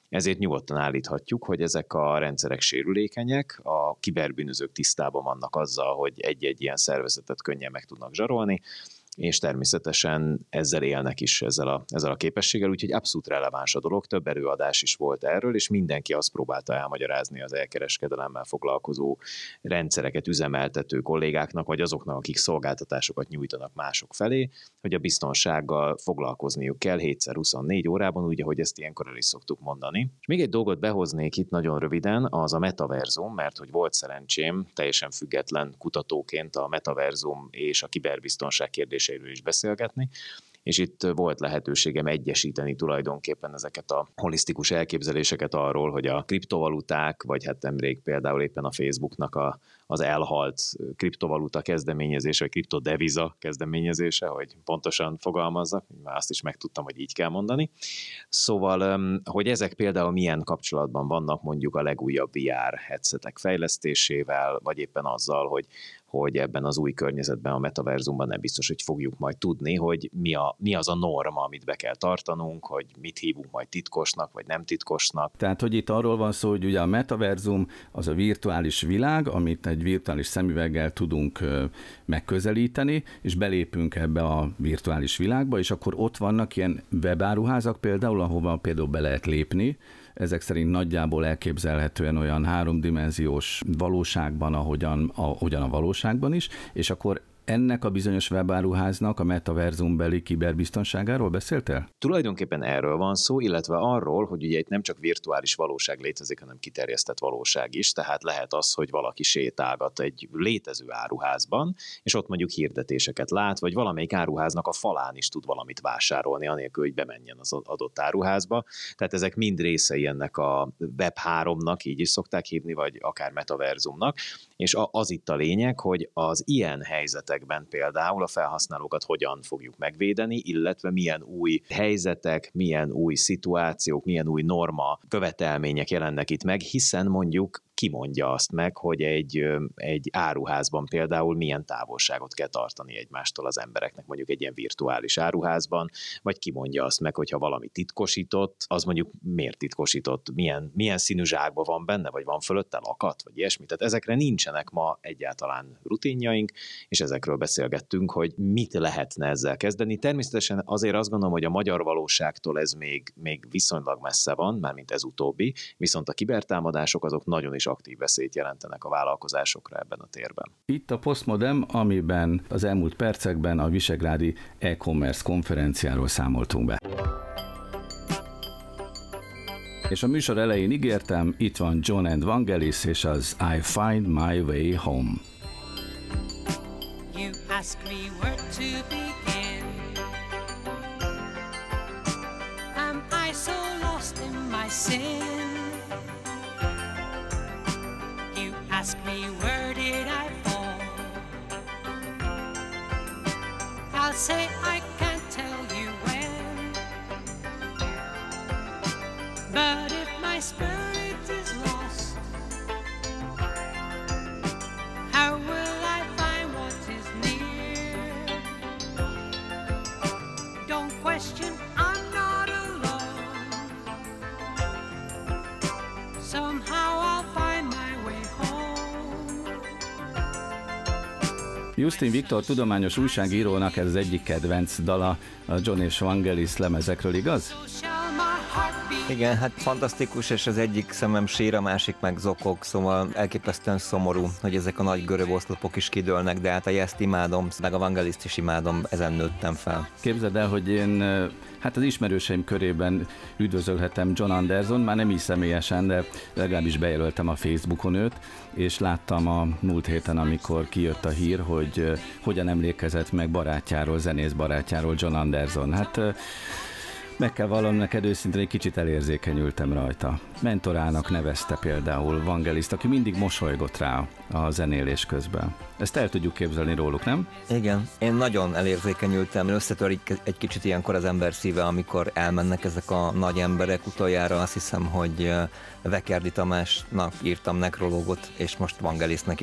ezért nyugodtan állíthatjuk, hogy ezek a rendszerek sérülékenyek, a kiberbűnözők tisztában vannak azzal, hogy egy-egy ilyen szervezetet könnyen meg tudnak zsarolni, és természetesen ezzel élnek is, ezzel a, ezzel a képességgel, úgyhogy abszolút releváns a dolog, több előadás is volt erről, és mindenki azt próbálta elmagyarázni az elkereskedelemmel foglalkozó rendszereket üzemeltető kollégáknak, vagy azoknak, akik szolgáltatásokat nyújtanak mások felé, hogy a biztonsággal foglalkozniuk kell hétszer huszonnégy órában, úgy, ahogy ezt ilyenkor el is szoktuk mondani. És még egy dolgot behoznék itt nagyon röviden, az a metaverzum, mert hogy volt szerencsém teljesen független kutatóként a metaverzum és a kiberbiztonság kérdés is beszélgetni, és itt volt lehetőségem egyesíteni tulajdonképpen ezeket a holisztikus elképzeléseket arról, hogy a kriptovaluták, vagy hát nemrég például éppen a Facebooknak a, az elhalt kriptovaluta kezdeményezése, vagy kriptodeviza kezdeményezése, hogy pontosan fogalmazzak, már azt is megtudtam, hogy így kell mondani. Szóval, hogy ezek például milyen kapcsolatban vannak mondjuk a legújabb vé er headsetek fejlesztésével, vagy éppen azzal, hogy hogy ebben az új környezetben, a metaverzumban nem biztos, hogy fogjuk majd tudni, hogy mi, a, mi az a norma, amit be kell tartanunk, hogy mit hívunk majd titkosnak, vagy nem titkosnak. Tehát, hogy itt arról van szó, hogy ugye a metaverzum az a virtuális világ, amit egy virtuális szemüveggel tudunk megközelíteni, és belépünk ebbe a virtuális világba, és akkor ott vannak ilyen webáruházak például, ahova például be lehet lépni. Ezek szerint nagyjából elképzelhetően olyan háromdimenziós valóságban, ahogyan, ahogyan a valóságban is, és akkor ennek a bizonyos webáruháznak a metaverzumbeli kiberbiztonságáról beszéltél? Tulajdonképpen erről van szó, illetve arról, hogy ugye itt nem csak virtuális valóság létezik, hanem kiterjesztett valóság is, tehát lehet az, hogy valaki sétálgat egy létező áruházban, és ott mondjuk hirdetéseket lát, vagy valamelyik áruháznak a falán is tud valamit vásárolni, anélkül, hogy bemenjen az adott áruházba. Tehát ezek mind részei ennek a web háromnak, így is szokták hívni, vagy akár metaverzumnak, és az itt a lényeg, hogy az ilyen helyzetek például a felhasználókat hogyan fogjuk megvédeni, illetve milyen új helyzetek, milyen új szituációk, milyen új norma, követelmények jelennek itt meg, hiszen mondjuk ki mondja azt meg, hogy egy, egy áruházban például milyen távolságot kell tartani egymástól az embereknek, mondjuk egy ilyen virtuális áruházban, vagy ki mondja azt meg, hogyha valami titkosított, az mondjuk miért titkosított, milyen, milyen színű zsákban van benne, vagy van fölötte lakat, vagy ilyesmi. Tehát ezekre nincsenek ma egyáltalán rutinjaink, és ezekről beszélgettünk, hogy mit lehetne ezzel kezdeni. Természetesen azért azt gondolom, hogy a magyar valóságtól ez még, még viszonylag messze van, mármint ez utóbbi, viszont a kibertámadások azok nagyon is aktív veszélyt jelentenek a vállalkozásokra ebben a térben. Itt a Postmodem, amiben az elmúlt percekben a Visegrádi e-commerce konferenciáról számoltunk be. És a műsor elején ígértem, itt van John and Vangelis és az I Find My Way Home. You ask me where to begin. Am I so lost in my sin? Ask me where did I fall? I'll say I can't tell you when. But if my spirit is lost, how will I find what is near? Don't question, I'm not alone. Somehow I'll find my way home. Justin Viktor tudományos újságírónak ez az egyik kedvenc dala a John és Vangelis lemezekről, igaz? Igen, hát fantasztikus, és az egyik szemem sír, a másik meg zokog, szóval elképesztően szomorú, hogy ezek a nagy görög oszlopok is kidőlnek, de hát a Yes-t imádom, meg a Vangeliszt is imádom, ezen nőttem fel. Képzeld el, hogy én hát az ismerőseim körében üdvözölhetem John Anderson, már nem így személyesen, de legalábbis bejelöltem a Facebookon őt, és láttam a múlt héten, amikor kijött a hír, hogy hogyan emlékezett meg barátjáról, zenész barátjáról, John Anderson. Hát meg kell vallanom neked őszintén, egy kicsit elérzékenyültem rajta. Mentorának nevezte például Vangeliszt, aki mindig mosolygott rá a zenélés közben. Ezt el tudjuk képzelni róluk, nem? Igen, én nagyon elérzékenyültem, összetörik egy kicsit ilyenkor az ember szíve, amikor elmennek ezek a nagy emberek. Utoljára azt hiszem, hogy Vekerdi Tamásnak írtam nekrológot, és most Vangelisnek is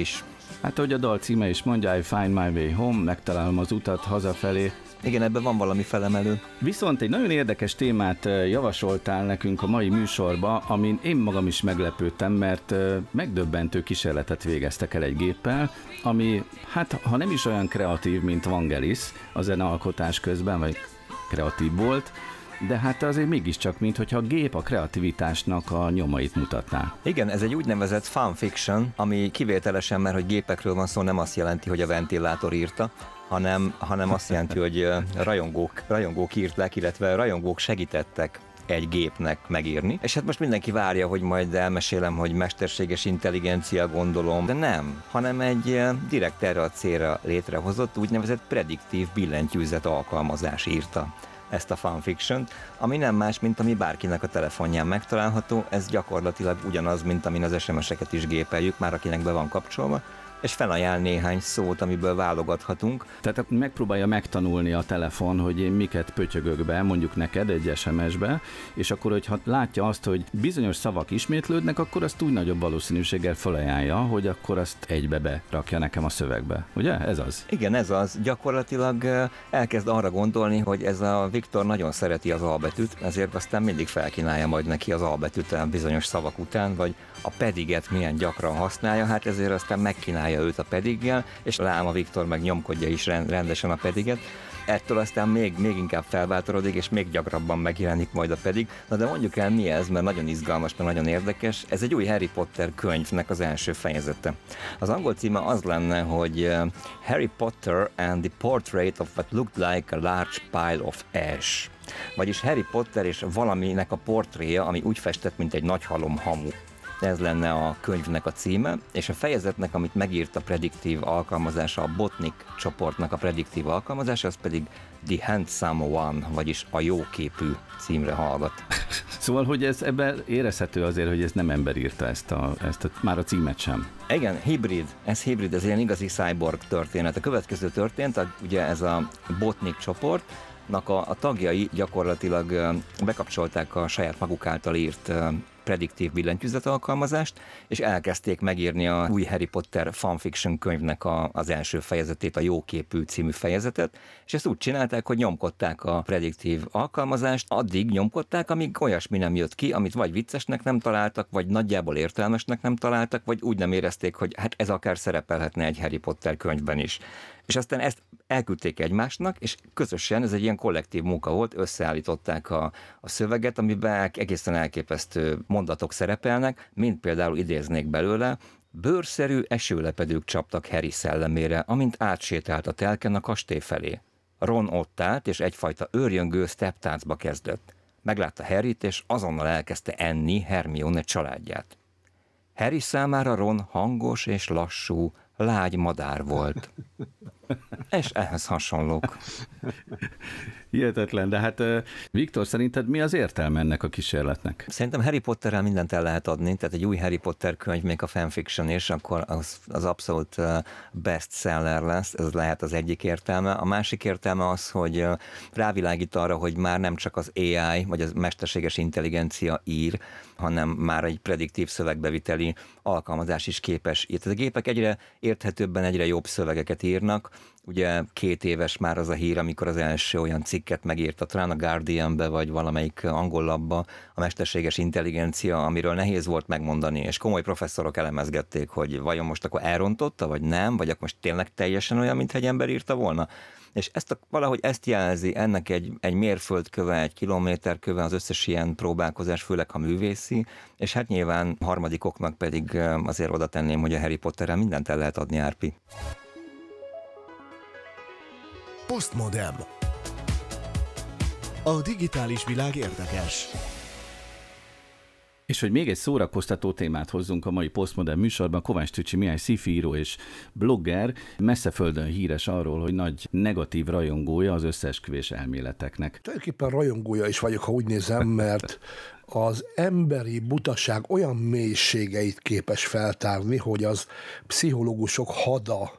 Hát, ahogy a dal címe is mondja, I find my way home, megtalálom az utat hazafelé. Igen, ebben van valami felemelő. Viszont egy nagyon érdekes témát javasoltál nekünk a mai műsorba, amin én magam is meglepődtem, mert megdöbbentő kísérletet végeztek el egy géppel, ami, hát ha nem is olyan kreatív, mint Vangelis a zenealkotás közben, vagy kreatív volt, de hát azért mégiscsak, minthogyha a gép a kreativitásnak a nyomait mutatná. Igen, ez egy úgynevezett fanfiction, ami kivételesen, mert hogy gépekről van szó, nem azt jelenti, hogy a ventilátor írta, hanem, hanem azt jelenti, hogy rajongók, rajongók írták, illetve rajongók segítettek egy gépnek megírni. És hát most mindenki várja, hogy majd elmesélem, hogy mesterséges intelligencia, gondolom, de nem, hanem egy direkt erre a célra létrehozott úgynevezett prediktív billentyűzet alkalmazás írta ezt a fanfiction, ami nem más, mint ami bárkinek a telefonján megtalálható, ez gyakorlatilag ugyanaz, mint amin az es em es-eket is gépeljük, már akinek be van kapcsolva, és felajánl néhány szót, amiből válogathatunk. Tehát megpróbálja megtanulni a telefon, hogy én miket pötyögök be, mondjuk neked egy es em es-be, és akkor, hogyha látja azt, hogy bizonyos szavak ismétlődnek, akkor azt úgy nagyobb valószínűséggel felajánlja, hogy akkor azt egybe berakja nekem a szövegbe. Ugye? Ez az? Igen, ez az. Gyakorlatilag elkezd arra gondolni, hogy ez a Viktor nagyon szereti az A betűt, ezért aztán mindig felkínálja majd neki az A betűt a bizonyos szavak után, vagy a pediget milyen gyakran használja, hát ezért aztán megkínálja őt a pediggel, és lám a Viktor meg nyomkodja is rendesen a pediget. Ettől aztán még, még inkább felbátorodik, és még gyakrabban megjelenik majd a pedig. Na de mondjuk el, mi ez, mert nagyon izgalmas, mert nagyon érdekes. Ez egy új Harry Potter könyvnek az első fejezete. Az angol címe az lenne, hogy Harry Potter and the Portrait of what looked like a large pile of ash. Vagyis Harry Potter és valaminek a portréja, ami úgy festett, mint egy nagy halom hamu. Ez lenne a könyvnek a címe, és a fejezetnek, amit megírt a prediktív alkalmazása, a Botnik csoportnak a prediktív alkalmazása, az pedig The Handsome One, vagyis a jóképű címre hallgat. Szóval, hogy ez ebben érezhető azért, hogy ez nem ember írta ezt a, ezt a, már a címet sem. Igen, hibrid, ez hibrid, ez ilyen igazi cyborg történet. A következő történt, a, ugye ez a Botnik csoport, a, a tagjai gyakorlatilag bekapcsolták a saját maguk által írt prediktív billentyűzet alkalmazást, és elkezdték megírni a új Harry Potter fanfiction könyvnek a, az első fejezetét, a Jóképű című fejezetet, és ezt úgy csinálták, hogy nyomkodták a prediktív alkalmazást, addig nyomkodták, amíg olyasmi nem jött ki, amit vagy viccesnek nem találtak, vagy nagyjából értelmesnek nem találtak, vagy úgy nem érezték, hogy hát ez akár szerepelhetne egy Harry Potter könyvben is. És aztán ezt elküldték egymásnak, és közösen, ez egy ilyen kollektív munka volt, összeállították a, a szöveget, amiben egészen elképesztő mondatok szerepelnek, mint például idéznék belőle: bőrszerű esőlepedők csaptak Harry szellemére, amint átsétált a telken a kastély felé. Ron ott állt, és egyfajta őrjöngő steptáncba kezdett. Meglátta Harryt, és azonnal elkezdte enni Hermione családját. Harry számára Ron hangos és lassú, lágy madár volt. És ehhez hasonlók. Hihetetlen, de hát Viktor, szerinted mi az értelme ennek a kísérletnek? Szerintem Harry Potterrel mindent el lehet adni, tehát egy új Harry Potter könyv, még a fanfiction is, akkor az, az abszolút bestseller lesz, ez lehet az egyik értelme. A másik értelme az, hogy rávilágít arra, hogy már nem csak az á i, vagy a mesterséges intelligencia ír, hanem már egy prediktív szövegbeviteli alkalmazás is képes. Itt a gépek egyre érthetőbben, egyre jobb szövegeket írnak. Ugye két éves már az a hír, amikor az első olyan cikket megírta, talán a Guardianbe, vagy valamelyik angol labba a mesterséges intelligencia, amiről nehéz volt megmondani, és komoly professzorok elemezgették, hogy vajon most akkor elrontotta, vagy nem, vagy akkor most tényleg teljesen olyan, mintha egy ember írta volna. És ezt a, valahogy ezt jelzi, ennek egy, egy mérföldköve, egy kilométerköve az összes ilyen próbálkozás, főleg ha művészi, és hát nyilván harmadikoknak pedig azért oda tenném, hogy a Harry Potterrel mindent el lehet adni, Árpi. Postmodern. A digitális világ érdekes. És hogy még egy szórakoztató témát hozzunk a mai Postmodern műsorban, Kovács Tücsi Mihály sci-fi író és blogger messzeföldön híres arról, hogy nagy negatív rajongója az összeesküvés elméleteknek. Tulajdonképpen rajongója is vagyok, ha úgy nézem, mert az emberi butaság olyan mélységeit képes feltárni, hogy az pszichológusok hada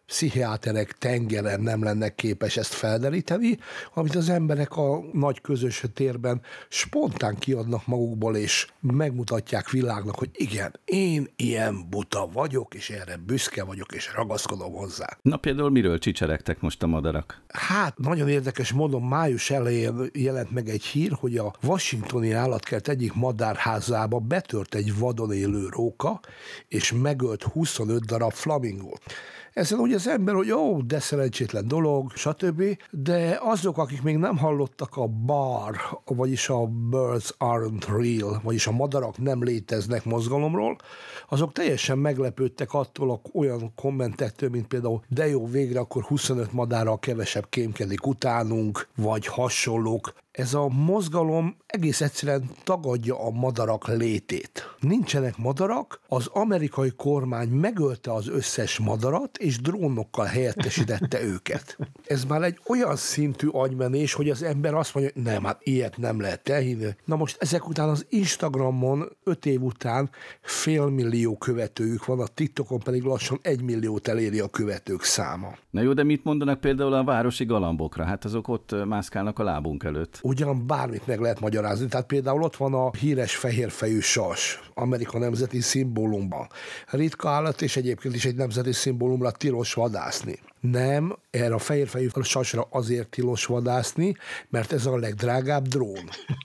pszichiáterek tengeren nem lennek képes ezt felderíteni, amit az emberek a nagy közös térben spontán kiadnak magukból, és megmutatják világnak, hogy igen, én ilyen buta vagyok, és erre büszke vagyok, és ragaszkodom hozzá. Na például miről csicseregtek most a madarak? Hát, nagyon érdekes módon május elején jelent meg egy hír, hogy a washingtoni állatkert egyik madárházába betört egy vadon élő róka, és megölt huszonöt darab flamingót. Ezen ugye az ember, hogy ó, de szerencsétlen dolog, stb., de azok, akik még nem hallottak a B A R, vagyis a Birds Aren't Real, vagyis a madarak nem léteznek mozgalomról, azok teljesen meglepődtek attól a olyan kommentektől, mint például de jó, végre akkor huszonöt madárral kevesebb kémkedik utánunk, vagy hasonlók. Ez a mozgalom egész egyszerűen tagadja a madarak létét. Nincsenek madarak, az amerikai kormány megölte az összes madarat, és drónokkal helyettesítette őket. Ez már egy olyan szintű agymenés, hogy az ember azt mondja, hogy nem, hát ilyet nem lehet elhinni. Na most ezek után az Instagramon öt év után félmillió követőjük van, a TikTokon pedig lassan egy milliót eléri a követők száma. Na jó, de mit mondanak például a városi galambokra? Hát azok ott mászkálnak a lábunk előtt. Ugyan bármit meg lehet magyarázni. Tehát például ott van a híres fehérfejű sas, Amerika nemzeti szimbólumban. Ritka állat, és egyébként is egy nemzeti szimbólumra tilos vadászni. Nem, erre a fehérfejű sasra azért tilos vadászni, mert ez a legdrágább drón.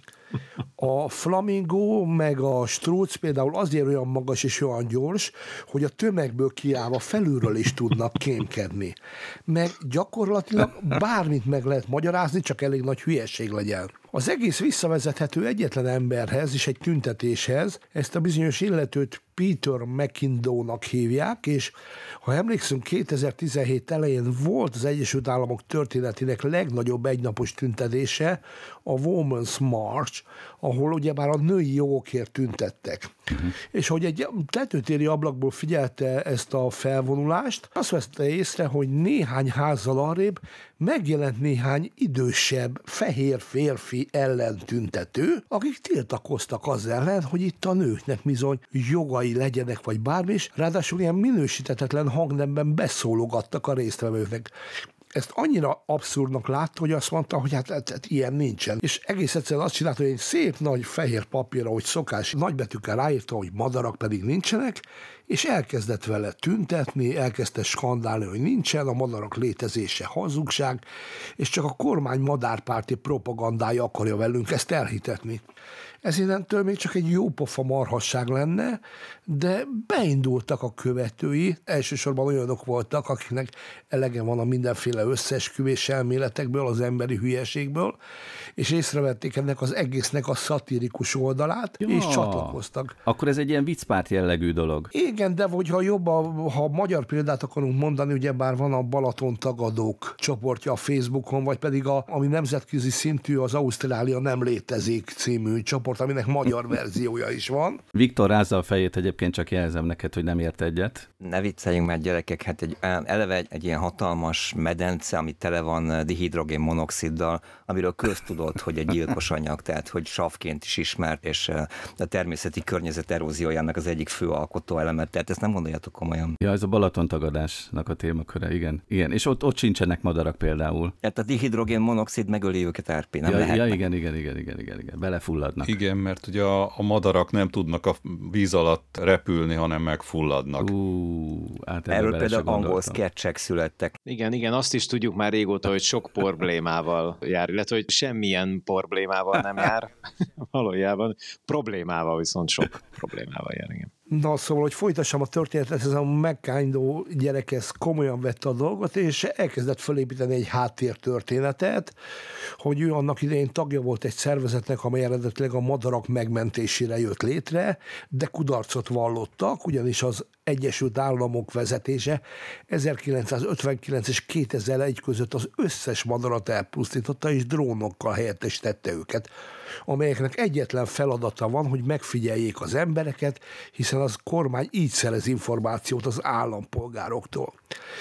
A flamingó meg a strúc például azért olyan magas és olyan gyors, hogy a tömegből kiállva felülről is tudnak kémkedni. Meg gyakorlatilag bármit meg lehet magyarázni, csak elég nagy hülyeség legyen. Az egész visszavezethető egyetlen emberhez és egy tüntetéshez, ezt a bizonyos illetőt Peter McIndoe-nak hívják, és ha emlékszünk, kétezer-tizenhét elején volt az Egyesült Államok történetének legnagyobb egynapos tüntetése, a Women's March, ahol ugyebár a női jogokért tüntettek. Uh-huh. És hogy egy tetőtéri ablakból figyelte ezt a felvonulást, azt vette észre, hogy néhány házzal arrébb megjelent néhány idősebb, fehér férfi ellen tüntető, akik tiltakoztak az ellen, hogy itt a nőknek bizony jogai legyenek, vagy bármi is, ráadásul ilyen minősíthetetlen hangnemben beszólogattak a résztvevőknek. Ezt annyira abszurdnak látta, hogy azt mondta, hogy hát, hát, hát ilyen nincsen. És egész egyszerűen azt csinálta, hogy egy szép nagy fehér papírra, hogy szokás, nagybetűkkel ráírta, hogy madarak pedig nincsenek, és elkezdett vele tüntetni, elkezdte skandálni, hogy nincsen, a madarak létezése hazugság, és csak a kormány madárpárti propagandája akarja velünk ezt elhitetni. Ez innentől még csak egy jópofa marhasság lenne, de beindultak a követői, elsősorban olyanok voltak, akiknek elege van a mindenféle összeesküvés elméletekből, az emberi hülyeségből, és észrevették ennek az egésznek a szatirikus oldalát, ja, és csatlakoztak. Akkor ez egy ilyen viccpárt jellegű dolog. Igen, de hogyha jobb, a, ha magyar példát akarunk mondani, ugyebár van a Balaton tagadók csoportja a Facebookon, vagy pedig a, ami nemzetközi szintű, az Ausztrália nem létezik című csoport, aminek magyar verziója is van. Viktor rázza a fejét, egyébként csak jelzem neked, hogy nem ért egyet. Ne vicceljünk már, gyerekek, hát egy, eleve egy, egy ilyen hatalmas medence, ami tele van dihidrogén monoxiddal, amiről köztudott, hogy egy gyilkos anyag, tehát hogy savként is ismert, és a természeti környezet eróziójának az egyik fő alkotó elemet, tehát ezt nem gondoljátok komolyan. Ja, ez a Balaton tagadásnak a témaköre, igen. Igen, és ott, ott sincsenek madarak például. Hát a dihidrogén monoxid megöli őket, Árpi, nem ja, lehet. Ja, igen, igen, igen, igen, igen, igen, belefulladnak. Igen, mert ugye a, a madarak nem tudnak a víz alatt repülni, hanem megfulladnak. Uh, hát erről például angol szketchek születtek. Igen, igen, azt is tudjuk már régóta, hogy sok problémával jár, illetve hogy semmilyen problémával nem jár, valójában problémával viszont sok problémával jár, igen. Na, szóval, hogy folytassam a történetet, ez a McIndoe gyerek ez komolyan vette a dolgot, és elkezdett felépíteni egy háttértörténetet, hogy ő annak idején tagja volt egy szervezetnek, amely eredetileg a madarak megmentésére jött létre, de kudarcot vallottak, ugyanis az Egyesült Államok vezetése ezerkilencszázötvenkilenc és kétezer-egy között az összes madarat elpusztította, és drónokkal helyettesítette őket, amelyeknek egyetlen feladata van, hogy megfigyeljék az embereket, hiszen az kormány így szerez információt az állampolgároktól.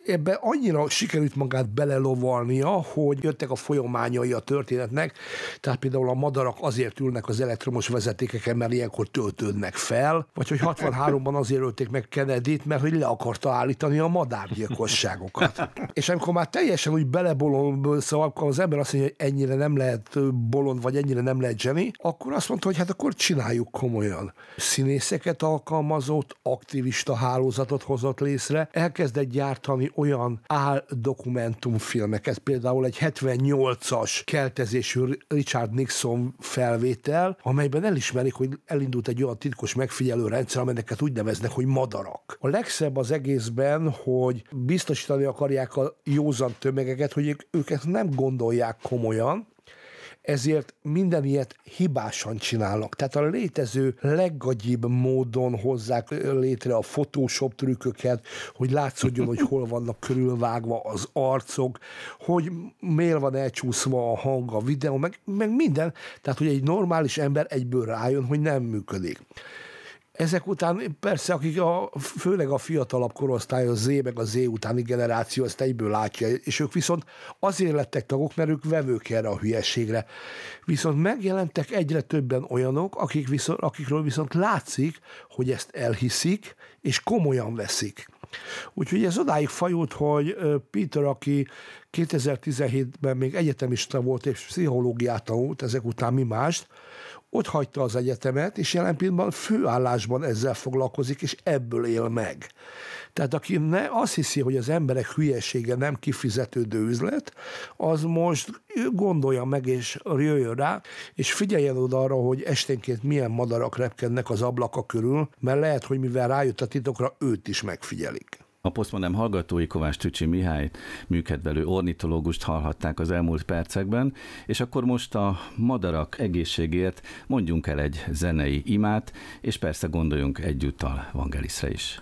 ebbe annyira sikerült magát belelovalnia, hogy jöttek a folyamányai a történetnek, tehát például a madarak azért ülnek az elektromos vezetékeken, mert ilyenkor töltődnek fel, vagy hogy hatvanháromban azért ölték meg Kennedyt, mert hogy le akarta állítani a madárgyilkosságokat. És amikor már teljesen úgy belebolond, szóval akkor az ember azt mondja, hogy ennyire nem lehet bolond, vagy ennyire nem lehet zseni, akkor azt mondta, hogy hát akkor csináljuk komolyan. Színészeket alkalmazott, aktivista hálózatot hozott létre, elkezdett gyártani olyan áldokumentumfilmeket, például egy hetvennyolcas keltezésű Richard Nixon felvétel, amelyben elismerik, hogy elindult egy olyan titkos megfigyelő rendszer, amelyeket úgy neveznek, hogy madarak. A legszebb az egészben, hogy biztosítani akarják a józan tömegeket, hogy őket nem gondolják komolyan, ezért minden ilyet hibásan csinálnak. Tehát a létező leggagyibb módon hozzák létre a Photoshop trükköket, hogy látszódjon, hogy hol vannak körülvágva az arcok, hogy miért van elcsúszva a hang, a videó, meg, meg minden. Tehát, hogy egy normális ember egyből rájön, hogy nem működik. Ezek után persze, akik a, főleg a fiatalabb korosztály, a Z, meg a Z utáni generáció ezt egyből látja, és ők viszont azért lettek tagok, mert ők vevők erre a hülyeségre. Viszont megjelentek egyre többen olyanok, akik viszont, akikről viszont látszik, hogy ezt elhiszik, és komolyan veszik. Úgyhogy ez odáig fajult, hogy Peter, aki kétezer-tizenhétben még egyetemista volt, és pszichológiát tanult, ezek után mi mást, ott hagyta az egyetemet, és jelen pillanatban főállásban ezzel foglalkozik, és ebből él meg. Tehát aki ne, azt hiszi, hogy az emberek hülyesége nem kifizetődő üzlet, az most gondolja meg, és jöjjön rá, és figyeljen oda arra, hogy esténként milyen madarak repkednek az ablaka körül, mert lehet, hogy mivel rájött a titokra, őt is megfigyelik. A Postmodern hallgatói Kovács Tücsi Mihály, műkedvelő ornitológust hallhatták az elmúlt percekben, és akkor most a madarak egészségért mondjunk el egy zenei imát, és persze gondoljunk egyúttal Vangelisre is.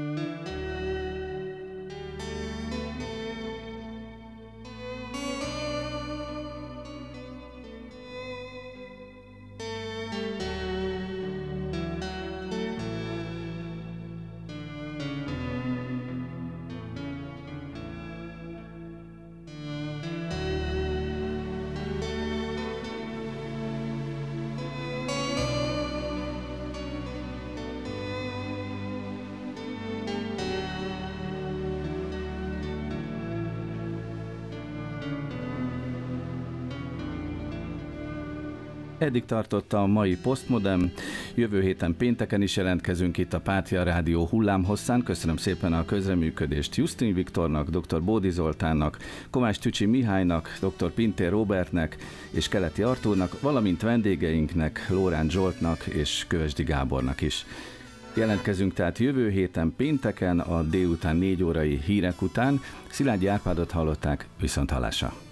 Eddig tartott a mai Postmodern. Jövő héten pénteken is jelentkezünk itt a Pátia Rádió hullámhosszán. Köszönöm szépen a közreműködést Justin Viktornak, dr. Bódi Zoltánnak, Kovács Tücsi Mihálynak, dr. Pintér Róbertnek és Keleti Artúrnak, valamint vendégeinknek, Lóránt Zsoltnak és Kövesdi Gábornak is. Jelentkezünk tehát jövő héten pénteken a délután négy órai hírek után. Szilágyi Árpádot hallották, viszont hallásra.